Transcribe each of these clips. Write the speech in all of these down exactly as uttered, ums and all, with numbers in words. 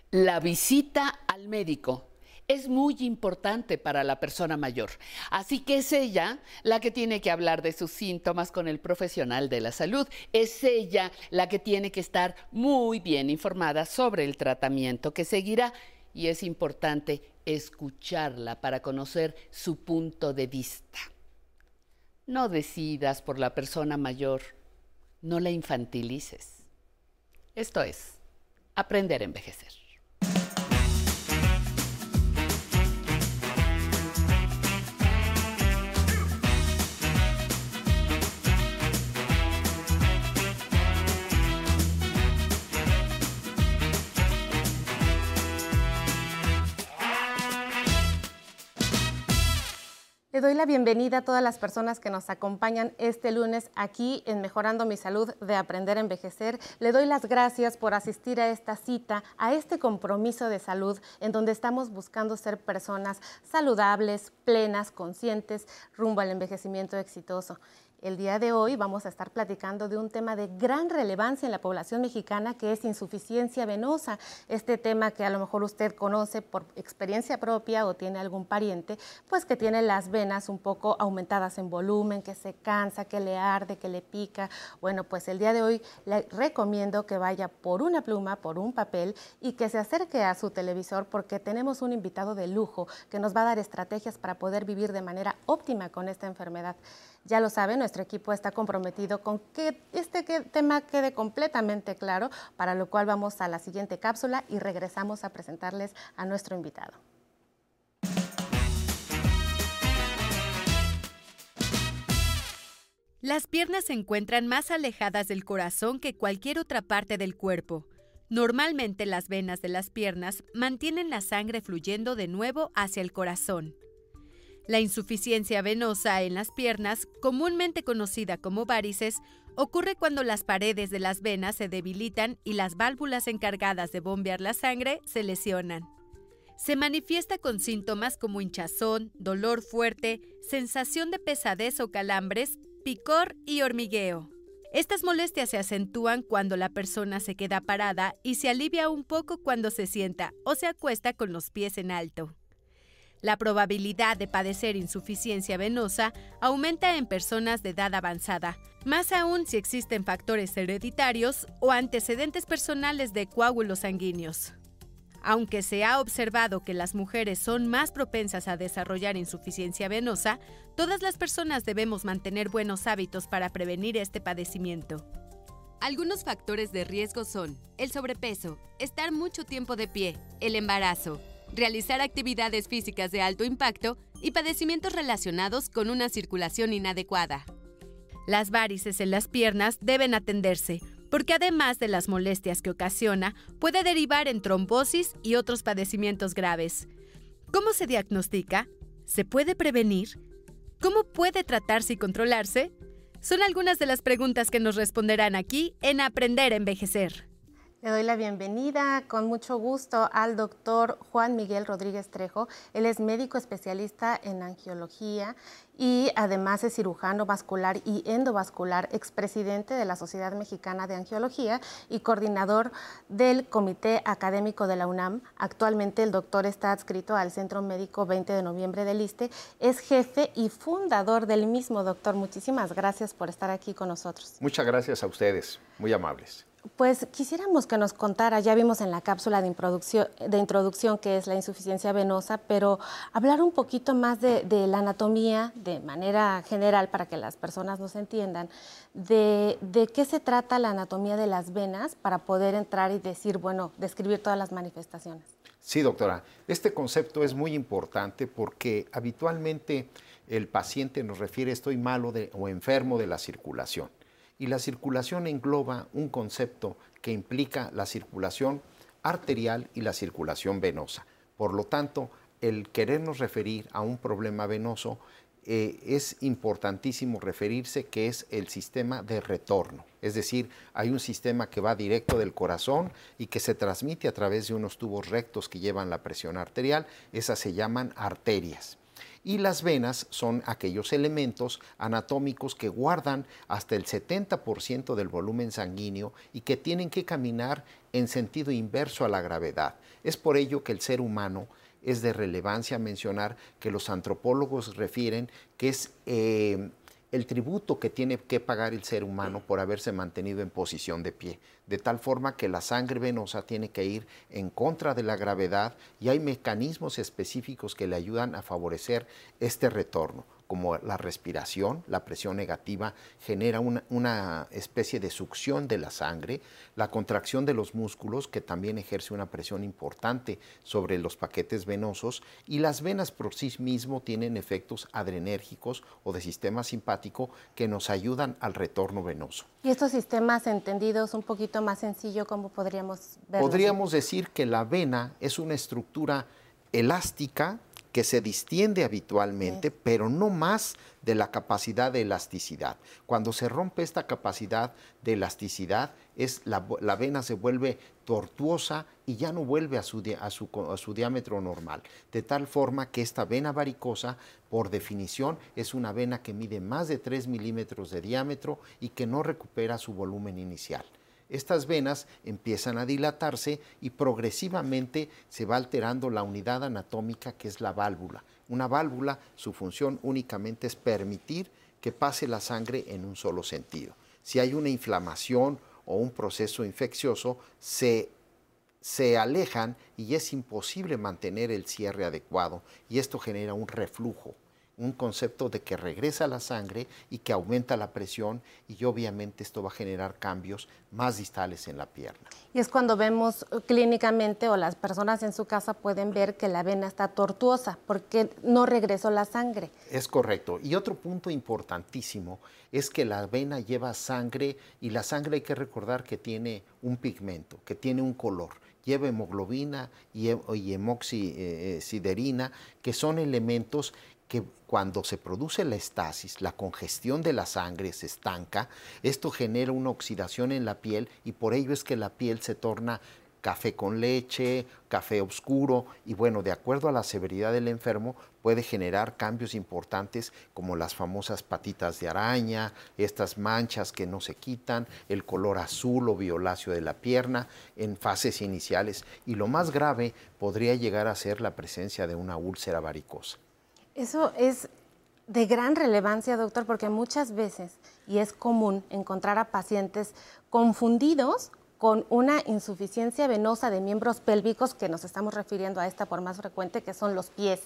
La visita al médico es muy importante para la persona mayor, así que es ella la que tiene que hablar de sus síntomas con el profesional de la salud. Es ella la que tiene que estar muy bien informada sobre el tratamiento que seguirá y es importante escucharla para conocer su punto de vista. No decidas por la persona mayor, no la infantilices. Esto es aprender a envejecer. Le doy la bienvenida a todas las personas que nos acompañan este lunes aquí en Mejorando mi Salud de Aprender a Envejecer. Le doy las gracias por asistir a esta cita, a este compromiso de salud en donde estamos buscando ser personas saludables, plenas, conscientes, rumbo al envejecimiento exitoso. El día de hoy vamos a estar platicando de un tema de gran relevancia en la población mexicana que es insuficiencia venosa. Este tema que a lo mejor usted conoce por experiencia propia o tiene algún pariente, pues que tiene las venas un poco aumentadas en volumen, que se cansa, que le arde, que le pica. Bueno, pues el día de hoy le recomiendo que vaya por una pluma, por un papel y que se acerque a su televisor porque tenemos un invitado de lujo que nos va a dar estrategias para poder vivir de manera óptima con esta enfermedad. Ya lo saben, nuestro equipo está comprometido con que este tema quede completamente claro, para lo cual vamos a la siguiente cápsula y regresamos a presentarles a nuestro invitado. Las piernas se encuentran más alejadas del corazón que cualquier otra parte del cuerpo. Normalmente las venas de las piernas mantienen la sangre fluyendo de nuevo hacia el corazón. La insuficiencia venosa en las piernas, comúnmente conocida como varices, ocurre cuando las paredes de las venas se debilitan y las válvulas encargadas de bombear la sangre se lesionan. Se manifiesta con síntomas como hinchazón, dolor fuerte, sensación de pesadez o calambres, picor y hormigueo. Estas molestias se acentúan cuando la persona se queda parada y se alivia un poco cuando se sienta o se acuesta con los pies en alto. La probabilidad de padecer insuficiencia venosa aumenta en personas de edad avanzada, más aún si existen factores hereditarios o antecedentes personales de coágulos sanguíneos. Aunque se ha observado que las mujeres son más propensas a desarrollar insuficiencia venosa, todas las personas debemos mantener buenos hábitos para prevenir este padecimiento. Algunos factores de riesgo son el sobrepeso, estar mucho tiempo de pie, el embarazo, realizar actividades físicas de alto impacto y padecimientos relacionados con una circulación inadecuada. Las varices en las piernas deben atenderse, porque además de las molestias que ocasiona, puede derivar en trombosis y otros padecimientos graves. ¿Cómo se diagnostica? ¿Se puede prevenir? ¿Cómo puede tratarse y controlarse? Son algunas de las preguntas que nos responderán aquí en Aprender a Envejecer. Le doy la bienvenida con mucho gusto al doctor Juan Miguel Rodríguez Trejo. Él es médico especialista en angiología y además es cirujano vascular y endovascular, expresidente de la Sociedad Mexicana de Angiología y coordinador del Comité Académico de la UNAM. Actualmente el doctor está adscrito al Centro Médico veinte de noviembre del ISSSTE. Es jefe y fundador del mismo. Doctor, muchísimas gracias por estar aquí con nosotros. Muchas gracias a ustedes, muy amables. Pues quisiéramos que nos contara, ya vimos en la cápsula de introducción, de introducción que es la insuficiencia venosa, pero hablar un poquito más de, de la anatomía de manera general para que las personas nos entiendan, de, de qué se trata la anatomía de las venas para poder entrar y decir, bueno, describir todas las manifestaciones. Sí, doctora, este concepto es muy importante porque habitualmente el paciente nos refiere estoy malo de, o enfermo de la circulación. Y la circulación engloba un concepto que implica la circulación arterial y la circulación venosa. Por lo tanto, el querernos referir a un problema venoso eh, es importantísimo referirse que es el sistema de retorno. Es decir, hay un sistema que va directo del corazón y que se transmite a través de unos tubos rectos que llevan la presión arterial. Esas se llaman arterias. Y las venas son aquellos elementos anatómicos que guardan hasta el setenta por ciento del volumen sanguíneo y que tienen que caminar en sentido inverso a la gravedad. Es por ello que el ser humano es de relevancia mencionar que los antropólogos refieren que es eh, el tributo que tiene que pagar el ser humano por haberse mantenido en posición de pie, de tal forma que la sangre venosa tiene que ir en contra de la gravedad y hay mecanismos específicos que le ayudan a favorecer este retorno, como la respiración, la presión negativa genera una, una especie de succión de la sangre, la contracción de los músculos, que también ejerce una presión importante sobre los paquetes venosos, y las venas por sí mismo tienen efectos adrenérgicos o de sistema simpático que nos ayudan al retorno venoso. Y estos sistemas entendidos un poquito más sencillo, ¿cómo podríamos verlos? Podríamos decir que la vena es una estructura elástica que se distiende habitualmente, sí, pero no más de la capacidad de elasticidad. Cuando se rompe esta capacidad de elasticidad, es la, la vena se vuelve tortuosa y ya no vuelve a su, a, su, a su diámetro normal. De tal forma que esta vena varicosa, por definición, es una vena que mide más de tres milímetros de diámetro y que no recupera su volumen inicial. Estas venas empiezan a dilatarse y progresivamente se va alterando la unidad anatómica que es la válvula. Una válvula, su función únicamente es permitir que pase la sangre en un solo sentido. Si hay una inflamación o un proceso infeccioso, se, se alejan y es imposible mantener el cierre adecuado y esto genera un reflujo. Un concepto de que regresa la sangre y que aumenta la presión y obviamente esto va a generar cambios más distales en la pierna. Y es cuando vemos clínicamente o las personas en su casa pueden ver que la vena está tortuosa porque no regresó la sangre. Es correcto. Y otro punto importantísimo es que la vena lleva sangre y la sangre hay que recordar que tiene un pigmento, que tiene un color. Lleva hemoglobina y, y hemoxiderina, que son elementos que cuando se produce la estasis, la congestión de la sangre se estanca, esto genera una oxidación en la piel y por ello es que la piel se torna café con leche, café oscuro y bueno, de acuerdo a la severidad del enfermo puede generar cambios importantes como las famosas patitas de araña, estas manchas que no se quitan, el color azul o violáceo de la pierna en fases iniciales y lo más grave podría llegar a ser la presencia de una úlcera varicosa. Eso es de gran relevancia, doctor, porque muchas veces, y es común, encontrar a pacientes confundidos con una insuficiencia venosa de miembros pélvicos, que nos estamos refiriendo a esta por más frecuente, que son los pies.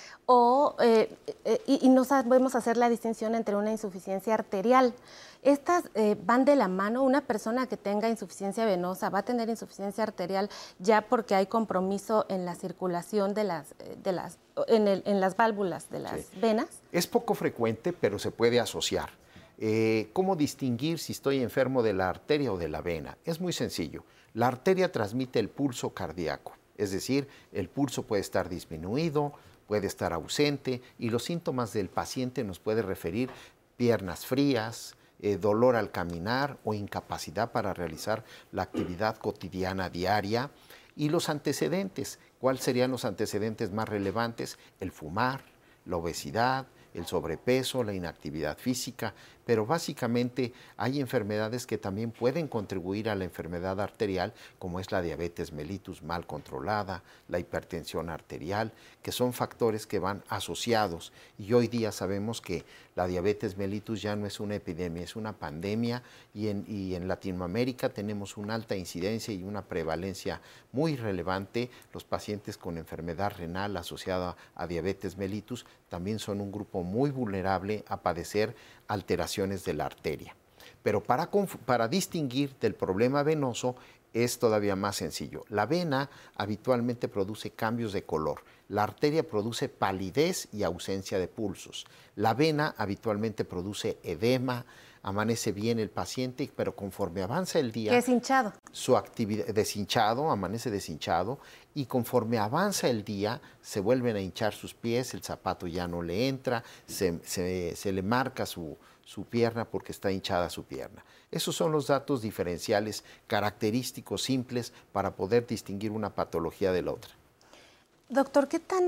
O, eh, eh, y, y no sabemos hacer la distinción entre una insuficiencia arterial. Estas eh, van de la mano. Una persona que tenga insuficiencia venosa va a tener insuficiencia arterial ya porque hay compromiso en la circulación de las, de las, en, el, en las válvulas de las sí. venas. Es poco frecuente, pero se puede asociar. Eh, ¿Cómo distinguir si estoy enfermo de la arteria o de la vena? Es muy sencillo. La arteria transmite el pulso cardíaco, es decir, el pulso puede estar disminuido, puede estar ausente y los síntomas del paciente nos puede referir piernas frías, eh, dolor al caminar o incapacidad para realizar la actividad cotidiana diaria. Y los antecedentes, ¿cuáles serían los antecedentes más relevantes? El fumar, la obesidad, el sobrepeso, la inactividad física, pero básicamente hay enfermedades que también pueden contribuir a la enfermedad arterial, como es la diabetes mellitus mal controlada, la hipertensión arterial, que son factores que van asociados. Y hoy día sabemos que la diabetes mellitus ya no es una epidemia, es una pandemia y en, y en Latinoamérica tenemos una alta incidencia y una prevalencia muy relevante. Los pacientes con enfermedad renal asociada a diabetes mellitus también son un grupo muy vulnerable a padecer alteraciones de la arteria. Pero para, para distinguir del problema venoso es todavía más sencillo. La vena habitualmente produce cambios de color. La arteria produce palidez y ausencia de pulsos. La vena habitualmente produce edema, amanece bien el paciente, pero conforme avanza el día... Es hinchado. Su actividad, deshinchado, amanece deshinchado, y conforme avanza el día, se vuelven a hinchar sus pies, el zapato ya no le entra, se, se, se le marca su, su pierna porque está hinchada su pierna. Esos son los datos diferenciales característicos simples para poder distinguir una patología de la otra. Doctor, ¿qué tan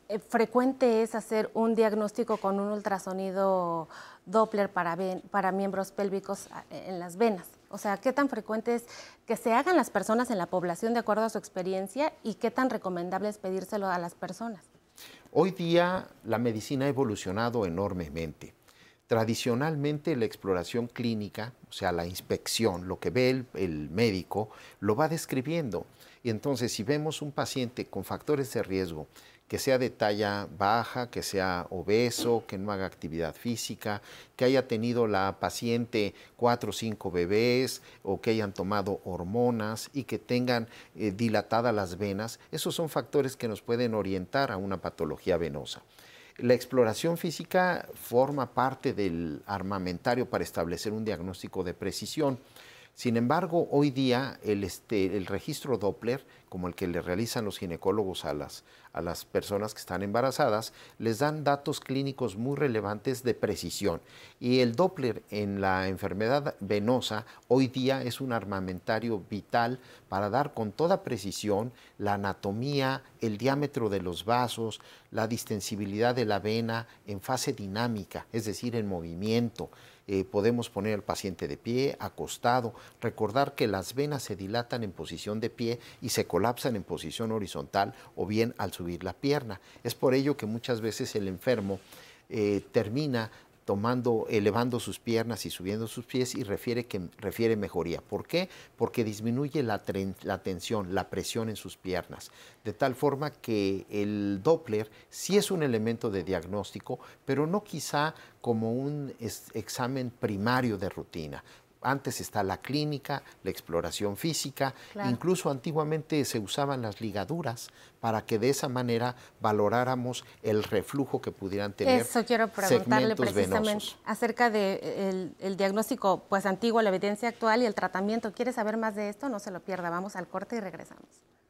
eh, frecuente es hacer un diagnóstico con un ultrasonido Doppler para, ven, para miembros pélvicos en las venas? O sea, ¿qué tan frecuente es que se hagan las personas en la población de acuerdo a su experiencia y qué tan recomendable es pedírselo a las personas? Hoy día la medicina ha evolucionado enormemente. Tradicionalmente la exploración clínica, o sea, la inspección, lo que ve el, el médico, lo va describiendo. Y entonces, si vemos un paciente con factores de riesgo, que sea de talla baja, que sea obeso, que no haga actividad física, que haya tenido la paciente cuatro o cinco bebés o que hayan tomado hormonas y que tengan eh, dilatadas las venas, esos son factores que nos pueden orientar a una patología venosa. La exploración física forma parte del armamentario para establecer un diagnóstico de precisión. Sin embargo, hoy día el, este, el registro Doppler, como el que le realizan los ginecólogos a las, a las personas que están embarazadas, les dan datos clínicos muy relevantes de precisión. Y el Doppler en la enfermedad venosa hoy día es un armamentario vital para dar con toda precisión la anatomía, el diámetro de los vasos, la distensibilidad de la vena en fase dinámica, es decir, en movimiento. Eh, podemos poner al paciente de pie, acostado, recordar que las venas se dilatan en posición de pie y se colapsan en posición horizontal o bien al subir la pierna. Es por ello que muchas veces el enfermo eh, termina tomando, elevando sus piernas y subiendo sus pies y refiere, que, refiere mejoría. ¿Por qué? Porque disminuye la, la tensión, la presión en sus piernas, de tal forma que el Doppler sí es un elemento de diagnóstico, pero no quizá como un es, examen primario de rutina. Antes está la clínica, la exploración física, claro. Incluso antiguamente se usaban las ligaduras para que de esa manera valoráramos el reflujo que pudieran tener. Eso quiero preguntarle precisamente venosos. Acerca del de diagnóstico pues antiguo, la evidencia actual y el tratamiento. ¿Quiere saber más de esto? No se lo pierda, vamos al corte y regresamos.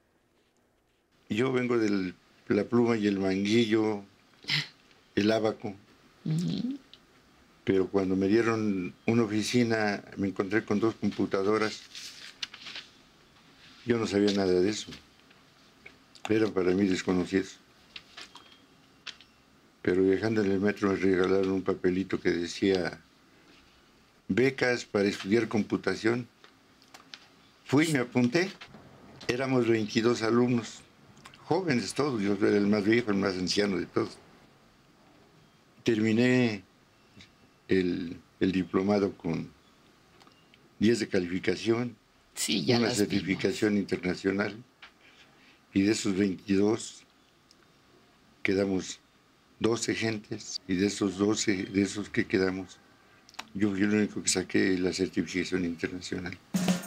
Yo vengo de la pluma y el manguillo, el ábaco. Uh-huh. Pero cuando me dieron una oficina, me encontré con dos computadoras. Yo no sabía nada de eso. Eran para mí desconocidos. Pero viajando en el metro me regalaron un papelito que decía becas para estudiar computación. Fui, me apunté. Éramos veintidós alumnos, jóvenes todos. Yo era el más viejo, el más anciano de todos. Terminé El, el diplomado con diez de calificación, sí, ya una certificación vimos. internacional, y de esos veintidós quedamos doce gentes, y de esos doce, de esos que quedamos, yo fui el único que saqué la certificación internacional.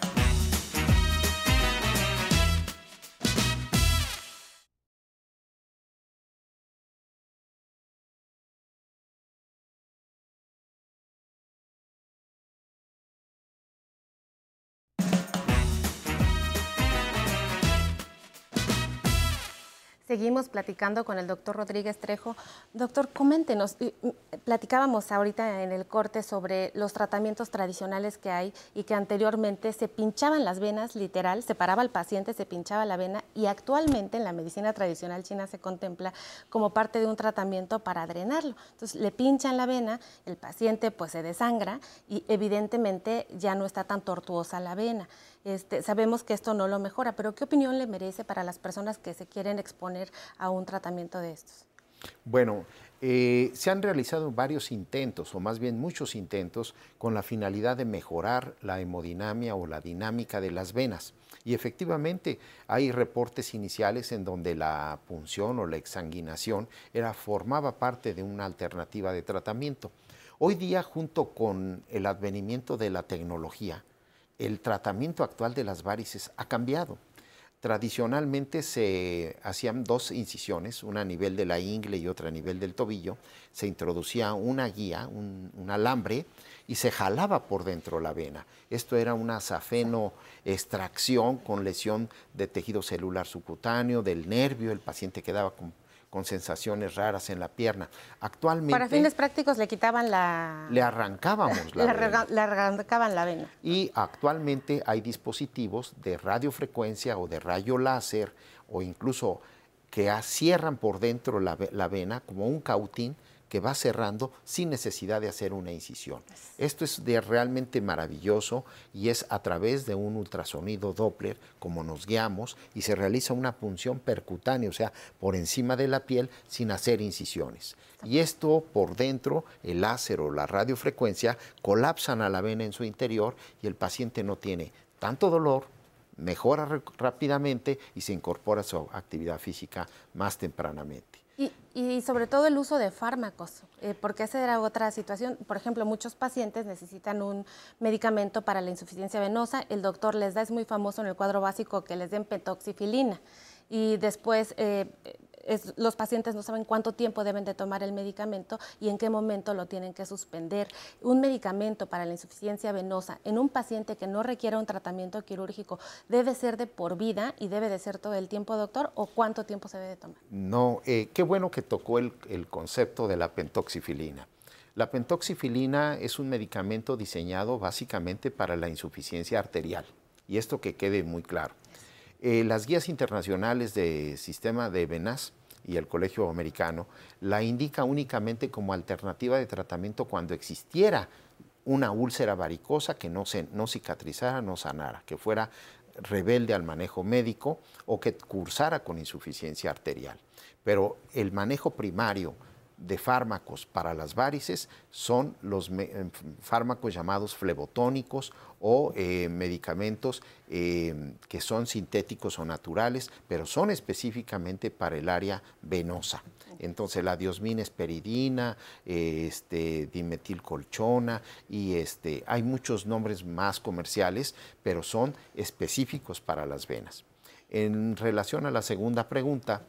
Seguimos platicando con el doctor Rodríguez Trejo. Doctor, coméntenos, platicábamos ahorita en el corte sobre los tratamientos tradicionales que hay y que anteriormente se pinchaban las venas, literal, se paraba al paciente, se pinchaba la vena y actualmente en la medicina tradicional china se contempla como parte de un tratamiento para drenarlo. Entonces le pinchan la vena, el paciente pues se desangra y evidentemente ya no está tan tortuosa la vena. Este, sabemos que esto no lo mejora, pero ¿qué opinión le merece para las personas que se quieren exponer a un tratamiento de estos? Bueno, eh, se han realizado varios intentos, o más bien muchos intentos, con la finalidad de mejorar la hemodinamia o la dinámica de las venas. Y efectivamente hay reportes iniciales en donde la punción o la exsanguinación era, formaba parte de una alternativa de tratamiento. Hoy día, junto con el advenimiento de la tecnología, el tratamiento actual de las varices ha cambiado. Tradicionalmente se hacían dos incisiones, una a nivel de la ingle y otra a nivel del tobillo. Se introducía una guía, un, un alambre, y se jalaba por dentro la vena. Esto era una safenoextracción con lesión de tejido celular subcutáneo, del nervio. El paciente quedaba con con sensaciones raras en la pierna. Actualmente... Para fines prácticos le quitaban la... Le arrancábamos la le vena. Le arrancaban la vena. Y actualmente hay dispositivos de radiofrecuencia o de rayo láser o incluso que cierran por dentro la, la vena como un cautín que va cerrando sin necesidad de hacer una incisión. Esto es de realmente maravilloso y es a través de un ultrasonido Doppler como nos guiamos y se realiza una punción percutánea, o sea, por encima de la piel sin hacer incisiones. Y esto por dentro, el láser o la radiofrecuencia colapsan a la vena en su interior y el paciente no tiene tanto dolor, mejora rápidamente y se incorpora a su actividad física más tempranamente. Y, y sobre todo el uso de fármacos, eh, porque esa era otra situación. Por ejemplo, muchos pacientes necesitan un medicamento para la insuficiencia venosa. El doctor les da, es muy famoso en el cuadro básico que les den pentoxifilina. Y después eh, es, los pacientes no saben cuánto tiempo deben de tomar el medicamento y en qué momento lo tienen que suspender. Un medicamento para la insuficiencia venosa en un paciente que no requiera un tratamiento quirúrgico debe ser de por vida y debe de ser todo el tiempo, doctor, ¿o cuánto tiempo se debe de tomar? No, eh, qué bueno que tocó el, el concepto de la pentoxifilina. La pentoxifilina es un medicamento diseñado básicamente para la insuficiencia arterial y esto que quede muy claro. Eh, las guías internacionales de sistema de venas y el Colegio Americano la indica únicamente como alternativa de tratamiento cuando existiera una úlcera varicosa que no, se, no cicatrizara, no sanara, que fuera rebelde al manejo médico o que cursara con insuficiencia arterial. Pero el manejo primario de fármacos para las varices son los fármacos llamados flebotónicos o eh, medicamentos eh, que son sintéticos o naturales, pero son específicamente para el área venosa. Entonces la diosmina esperidina, eh, este, dimetilcolchona y este, hay muchos nombres más comerciales, pero son específicos para las venas. En relación a la segunda pregunta,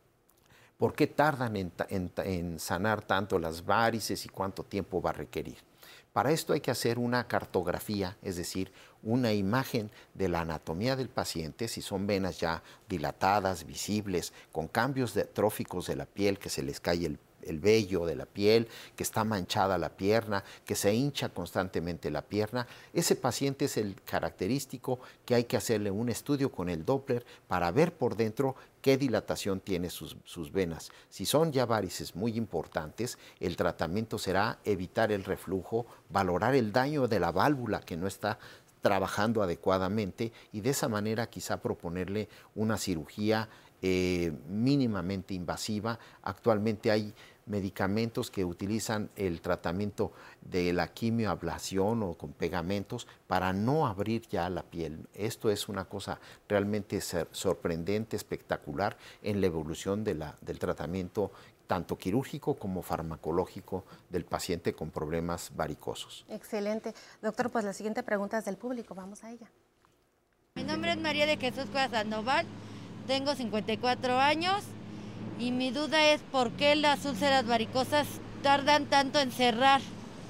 ¿por qué tardan en, en, en sanar tanto las varices y cuánto tiempo va a requerir? Para esto hay que hacer una cartografía, es decir, una imagen de la anatomía del paciente, si son venas ya dilatadas, visibles, con cambios de, tróficos de la piel, que se les cae el, el vello de la piel, que está manchada la pierna, que se hincha constantemente la pierna. Ese paciente es el característico que hay que hacerle un estudio con el Doppler para ver por dentro qué dilatación tiene sus, sus venas. Si son ya varices muy importantes, el tratamiento será evitar el reflujo, valorar el daño de la válvula que no está trabajando adecuadamente y de esa manera quizá proponerle una cirugía eh, mínimamente invasiva. Actualmente hay medicamentos que utilizan el tratamiento de la quimioablación o con pegamentos para no abrir ya la piel. Esto es una cosa realmente sorprendente, espectacular en la evolución de la, del tratamiento tanto quirúrgico como farmacológico del paciente con problemas varicosos. Excelente. Doctor, pues la siguiente pregunta es del público, vamos a ella. Mi nombre es María de Jesús Cuevas Sandoval, tengo cincuenta y cuatro años y mi duda es por qué las úlceras varicosas tardan tanto en cerrar.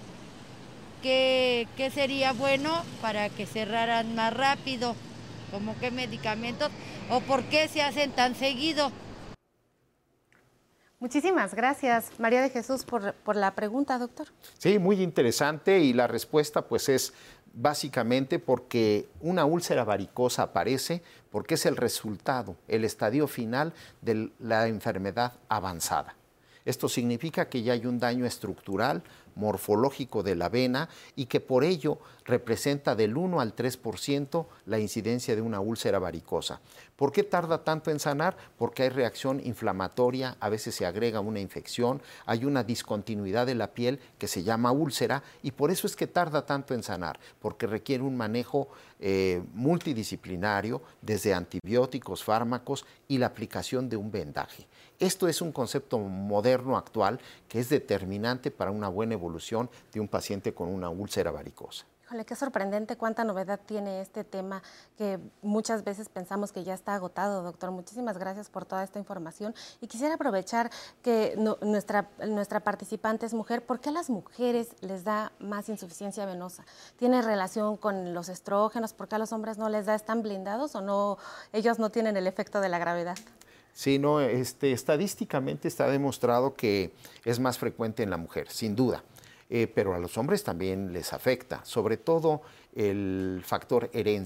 ¿Qué, qué sería bueno para que cerraran más rápido? ¿Cómo qué medicamentos? ¿O por qué se hacen tan seguido? Muchísimas gracias, María de Jesús, por, por la pregunta, doctor. Sí, muy interesante y la respuesta pues es básicamente porque una úlcera varicosa aparece porque es el resultado, el estadio final de la enfermedad avanzada. Esto significa que ya hay un daño estructural, morfológico de la vena y que por ello representa del uno al tres por ciento la incidencia de una úlcera varicosa. ¿Por qué tarda tanto en sanar? Porque hay reacción inflamatoria, a veces se agrega una infección, hay una discontinuidad de la piel que se llama úlcera y por eso es que tarda tanto en sanar, porque requiere un manejo eh, multidisciplinario desde antibióticos, fármacos y la aplicación de un vendaje. Esto es un concepto moderno actual que es determinante para una buena evolución de un paciente con una úlcera varicosa. Híjole, qué sorprendente cuánta novedad tiene este tema que muchas veces pensamos que ya está agotado, doctor. Muchísimas gracias por toda esta información. Y quisiera aprovechar que no, nuestra, nuestra participante es mujer. ¿Por qué a las mujeres les da más insuficiencia venosa? ¿Tiene relación con los estrógenos? ¿Por qué a los hombres no les da? ¿Están blindados o no? Ellos no tienen el efecto de la gravedad. Sí, no, este, estadísticamente está demostrado que es más frecuente en la mujer, sin duda. Eh, pero a los hombres también les afecta, sobre todo el factor herencia.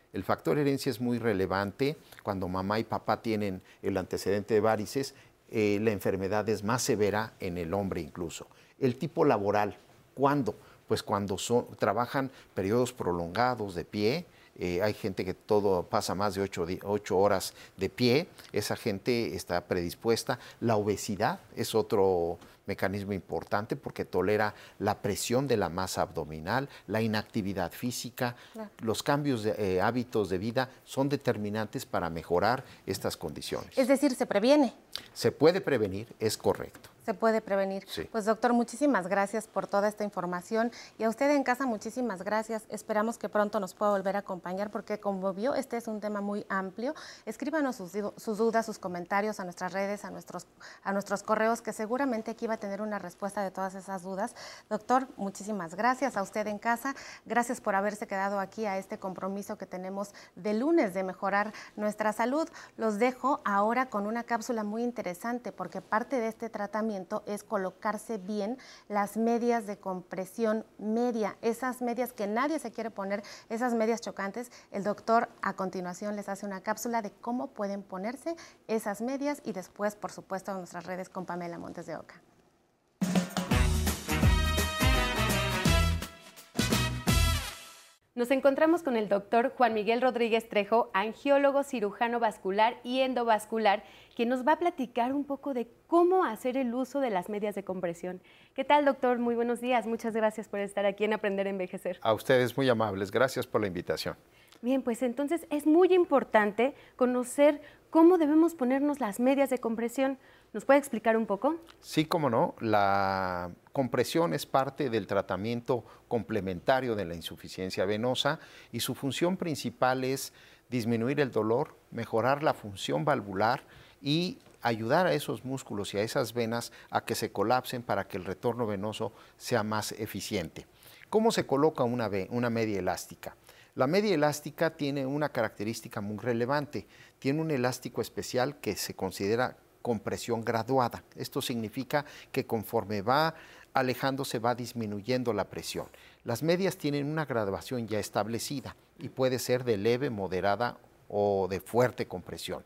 El factor herencia es muy relevante. Cuando mamá y papá tienen el antecedente de varices, eh, la enfermedad es más severa en el hombre incluso. El tipo laboral, ¿cuándo? Pues cuando son, trabajan periodos prolongados de pie. Eh, hay gente que todo pasa más de ocho, ocho horas de pie, esa gente está predispuesta. La obesidad es otro mecanismo importante porque tolera la presión de la masa abdominal, la inactividad física, claro. Los cambios de eh, hábitos de vida son determinantes para mejorar estas condiciones. Es decir, ¿se previene? Se puede prevenir, es correcto. Se puede prevenir. Sí. Pues doctor, muchísimas gracias por toda esta información y a usted en casa muchísimas gracias. Esperamos que pronto nos pueda volver a acompañar porque como vio, este es un tema muy amplio. Escríbanos sus, sus dudas, sus comentarios a nuestras redes, a nuestros, a nuestros correos, que seguramente aquí va a tener una respuesta de todas esas dudas. Doctor, muchísimas gracias a usted en casa. Gracias por haberse quedado aquí a este compromiso que tenemos de lunes de mejorar nuestra salud. Los dejo ahora con una cápsula muy interesante porque parte de este tratamiento es colocarse bien las medias de compresión media, esas medias que nadie se quiere poner, esas medias chocantes. El doctor a continuación les hace una cápsula de cómo pueden ponerse esas medias y después, por supuesto, en nuestras redes con Pamela Montes de Oca. Nos encontramos con el doctor Juan Miguel Rodríguez Trejo, angiólogo, cirujano vascular y endovascular, quien nos va a platicar un poco de cómo hacer el uso de las medias de compresión. ¿Qué tal, doctor? Muy buenos días. Muchas gracias por estar aquí en Aprender a Envejecer. A ustedes muy amables. Gracias por la invitación. Bien, pues entonces es muy importante conocer cómo debemos ponernos las medias de compresión. ¿Nos puede explicar un poco? Sí, cómo no. La compresión es parte del tratamiento complementario de la insuficiencia venosa y su función principal es disminuir el dolor, mejorar la función valvular y ayudar a esos músculos y a esas venas a que se colapsen para que el retorno venoso sea más eficiente. ¿Cómo se coloca una, una media elástica? La media elástica tiene una característica muy relevante. Tiene un elástico especial que se considera compresión graduada. Esto significa que conforme va alejándose va disminuyendo la presión. Las medias tienen una graduación ya establecida y puede ser de leve, moderada o de fuerte compresión.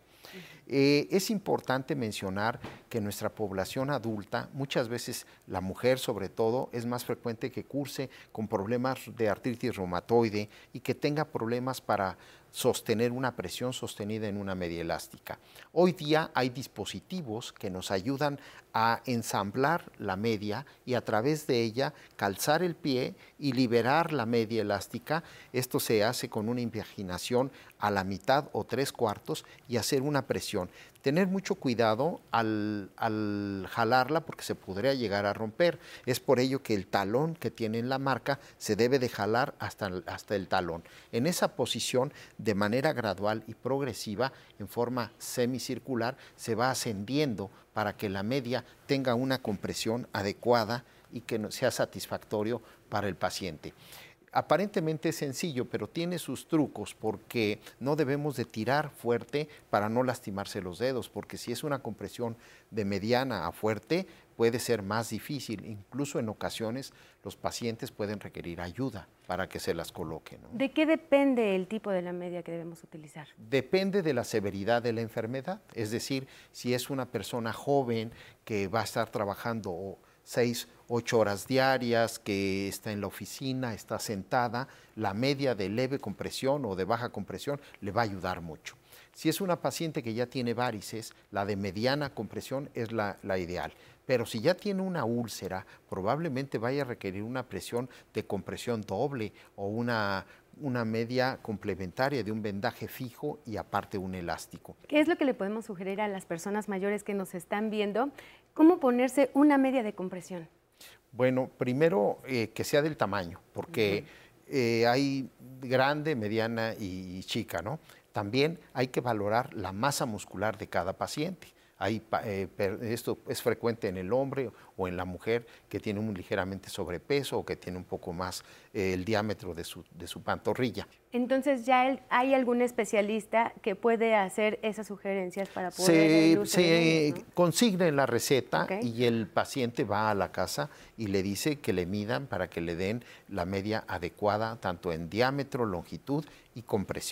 Eh, es importante mencionar que en nuestra población adulta, muchas veces la mujer sobre todo, es más frecuente que curse con problemas de artritis reumatoide y que tenga problemas para sostener una presión sostenida en una media elástica. Hoy día hay dispositivos que nos ayudan a ensamblar la media y a través de ella calzar el pie y liberar la media elástica. Esto se hace con una invaginación a la mitad o tres cuartos y hacer una presión. Tener mucho cuidado al, al jalarla porque se podría llegar a romper. Es por ello que el talón que tiene en la marca se debe de jalar hasta, hasta el talón. En esa posición, de manera gradual y progresiva, en forma semicircular, se va ascendiendo para que la media tenga una compresión adecuada y que sea satisfactorio para el paciente. Aparentemente es sencillo, pero tiene sus trucos porque no debemos de tirar fuerte para no lastimarse los dedos, porque si es una compresión de mediana a fuerte puede ser más difícil. Incluso en ocasiones los pacientes pueden requerir ayuda para que se las coloquen, ¿no? ¿De qué depende el tipo de la media que debemos utilizar? Depende de la severidad de la enfermedad, es decir, si es una persona joven que va a estar trabajando seis, ocho horas diarias, que está en la oficina, está sentada, la media de leve compresión o de baja compresión le va a ayudar mucho. Si es una paciente que ya tiene varices, la de mediana compresión es la, la ideal. Pero si ya tiene una úlcera, probablemente vaya a requerir una presión de compresión doble o una, una media complementaria de un vendaje fijo y aparte un elástico. ¿Qué es lo que le podemos sugerir a las personas mayores que nos están viendo? ¿Cómo ponerse una media de compresión? Bueno, primero eh, que sea del tamaño, porque uh-huh. eh, hay grande, mediana y, y chica, ¿no? También hay que valorar la masa muscular de cada paciente. Hay, eh, esto es frecuente en el hombre o en la mujer que tiene un ligeramente sobrepeso o que tiene un poco más eh, el diámetro de su, de su pantorrilla. Entonces, ¿ya el, hay algún especialista que puede hacer esas sugerencias para poder... Se, se ellos, ¿no? consigna en la receta, okay, y el paciente va a la casa y le dice que le midan para que le den la media adecuada tanto en diámetro, longitud y compresión.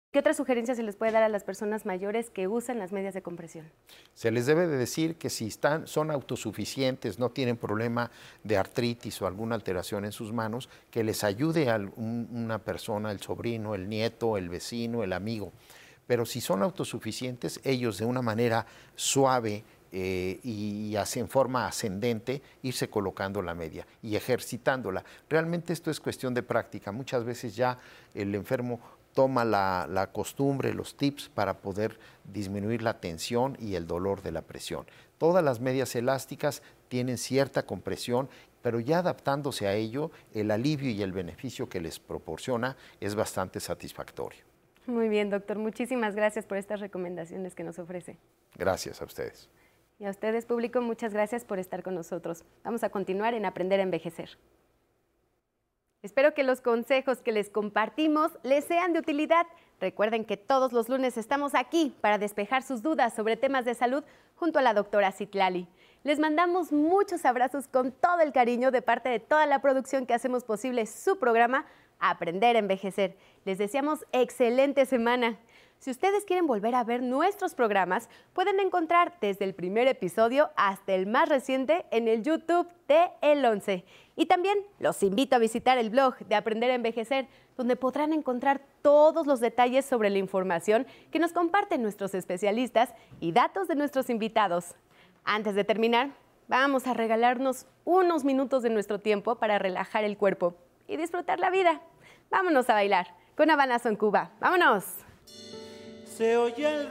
¿Qué otras sugerencias se les puede dar a las personas mayores que usan las medias de compresión? Se les debe de decir que si están, son autosuficientes, no tienen problema de artritis o alguna alteración en sus manos, que les ayude a un, una persona, el sobrino, el nieto, el vecino, el amigo. Pero si son autosuficientes, ellos de una manera suave eh, y, y en forma ascendente, irse colocando la media y ejercitándola. Realmente esto es cuestión de práctica. Muchas veces ya el enfermo toma la, la costumbre, los tips para poder disminuir la tensión y el dolor de la presión. Todas las medias elásticas tienen cierta compresión, pero ya adaptándose a ello, el alivio y el beneficio que les proporciona es bastante satisfactorio. Muy bien, doctor. Muchísimas gracias por estas recomendaciones que nos ofrece. Gracias a ustedes. Y a ustedes, público, muchas gracias por estar con nosotros. Vamos a continuar en Aprender a Envejecer. Espero que los consejos que les compartimos les sean de utilidad. Recuerden que todos los lunes estamos aquí para despejar sus dudas sobre temas de salud junto a la doctora Citlali. Les mandamos muchos abrazos con todo el cariño de parte de toda la producción que hacemos posible su programa Aprender a Envejecer. Les deseamos excelente semana. Si ustedes quieren volver a ver nuestros programas, pueden encontrar desde el primer episodio hasta el más reciente en el YouTube de El once. Y también los invito a visitar el blog de Aprender a Envejecer, donde podrán encontrar todos los detalles sobre la información que nos comparten nuestros especialistas y datos de nuestros invitados. Antes de terminar, vamos a regalarnos unos minutos de nuestro tiempo para relajar el cuerpo y disfrutar la vida. Vámonos a bailar con Habana Son Cuba. ¡Vámonos! Se oye el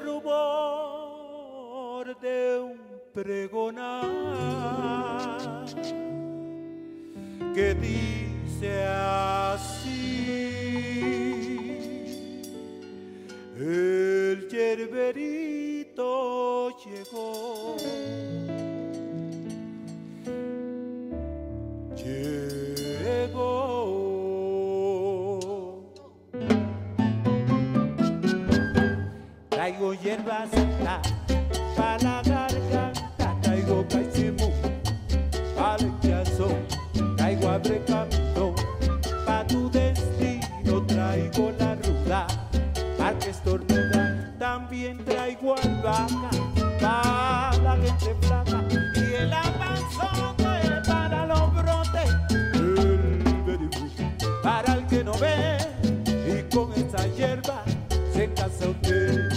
rumor de un pregonar que dice así: el yerberito llegó, llegó. Traigo hierbas para la garganta, traigo caicimú para el corazón, traigo abre camino para tu destino, traigo la ruda para que estornuda, también traigo albahaca para la gente flaca y el avanzote para los brotes, el beribú para el que no ve, y con esa hierba se casa usted.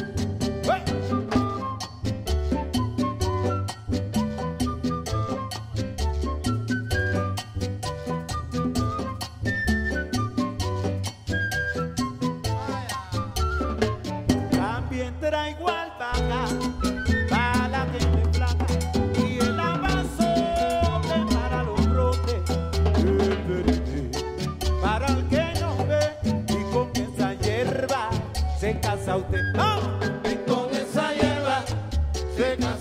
Se casa usted, ¡oh! Y con esa hierba se casa.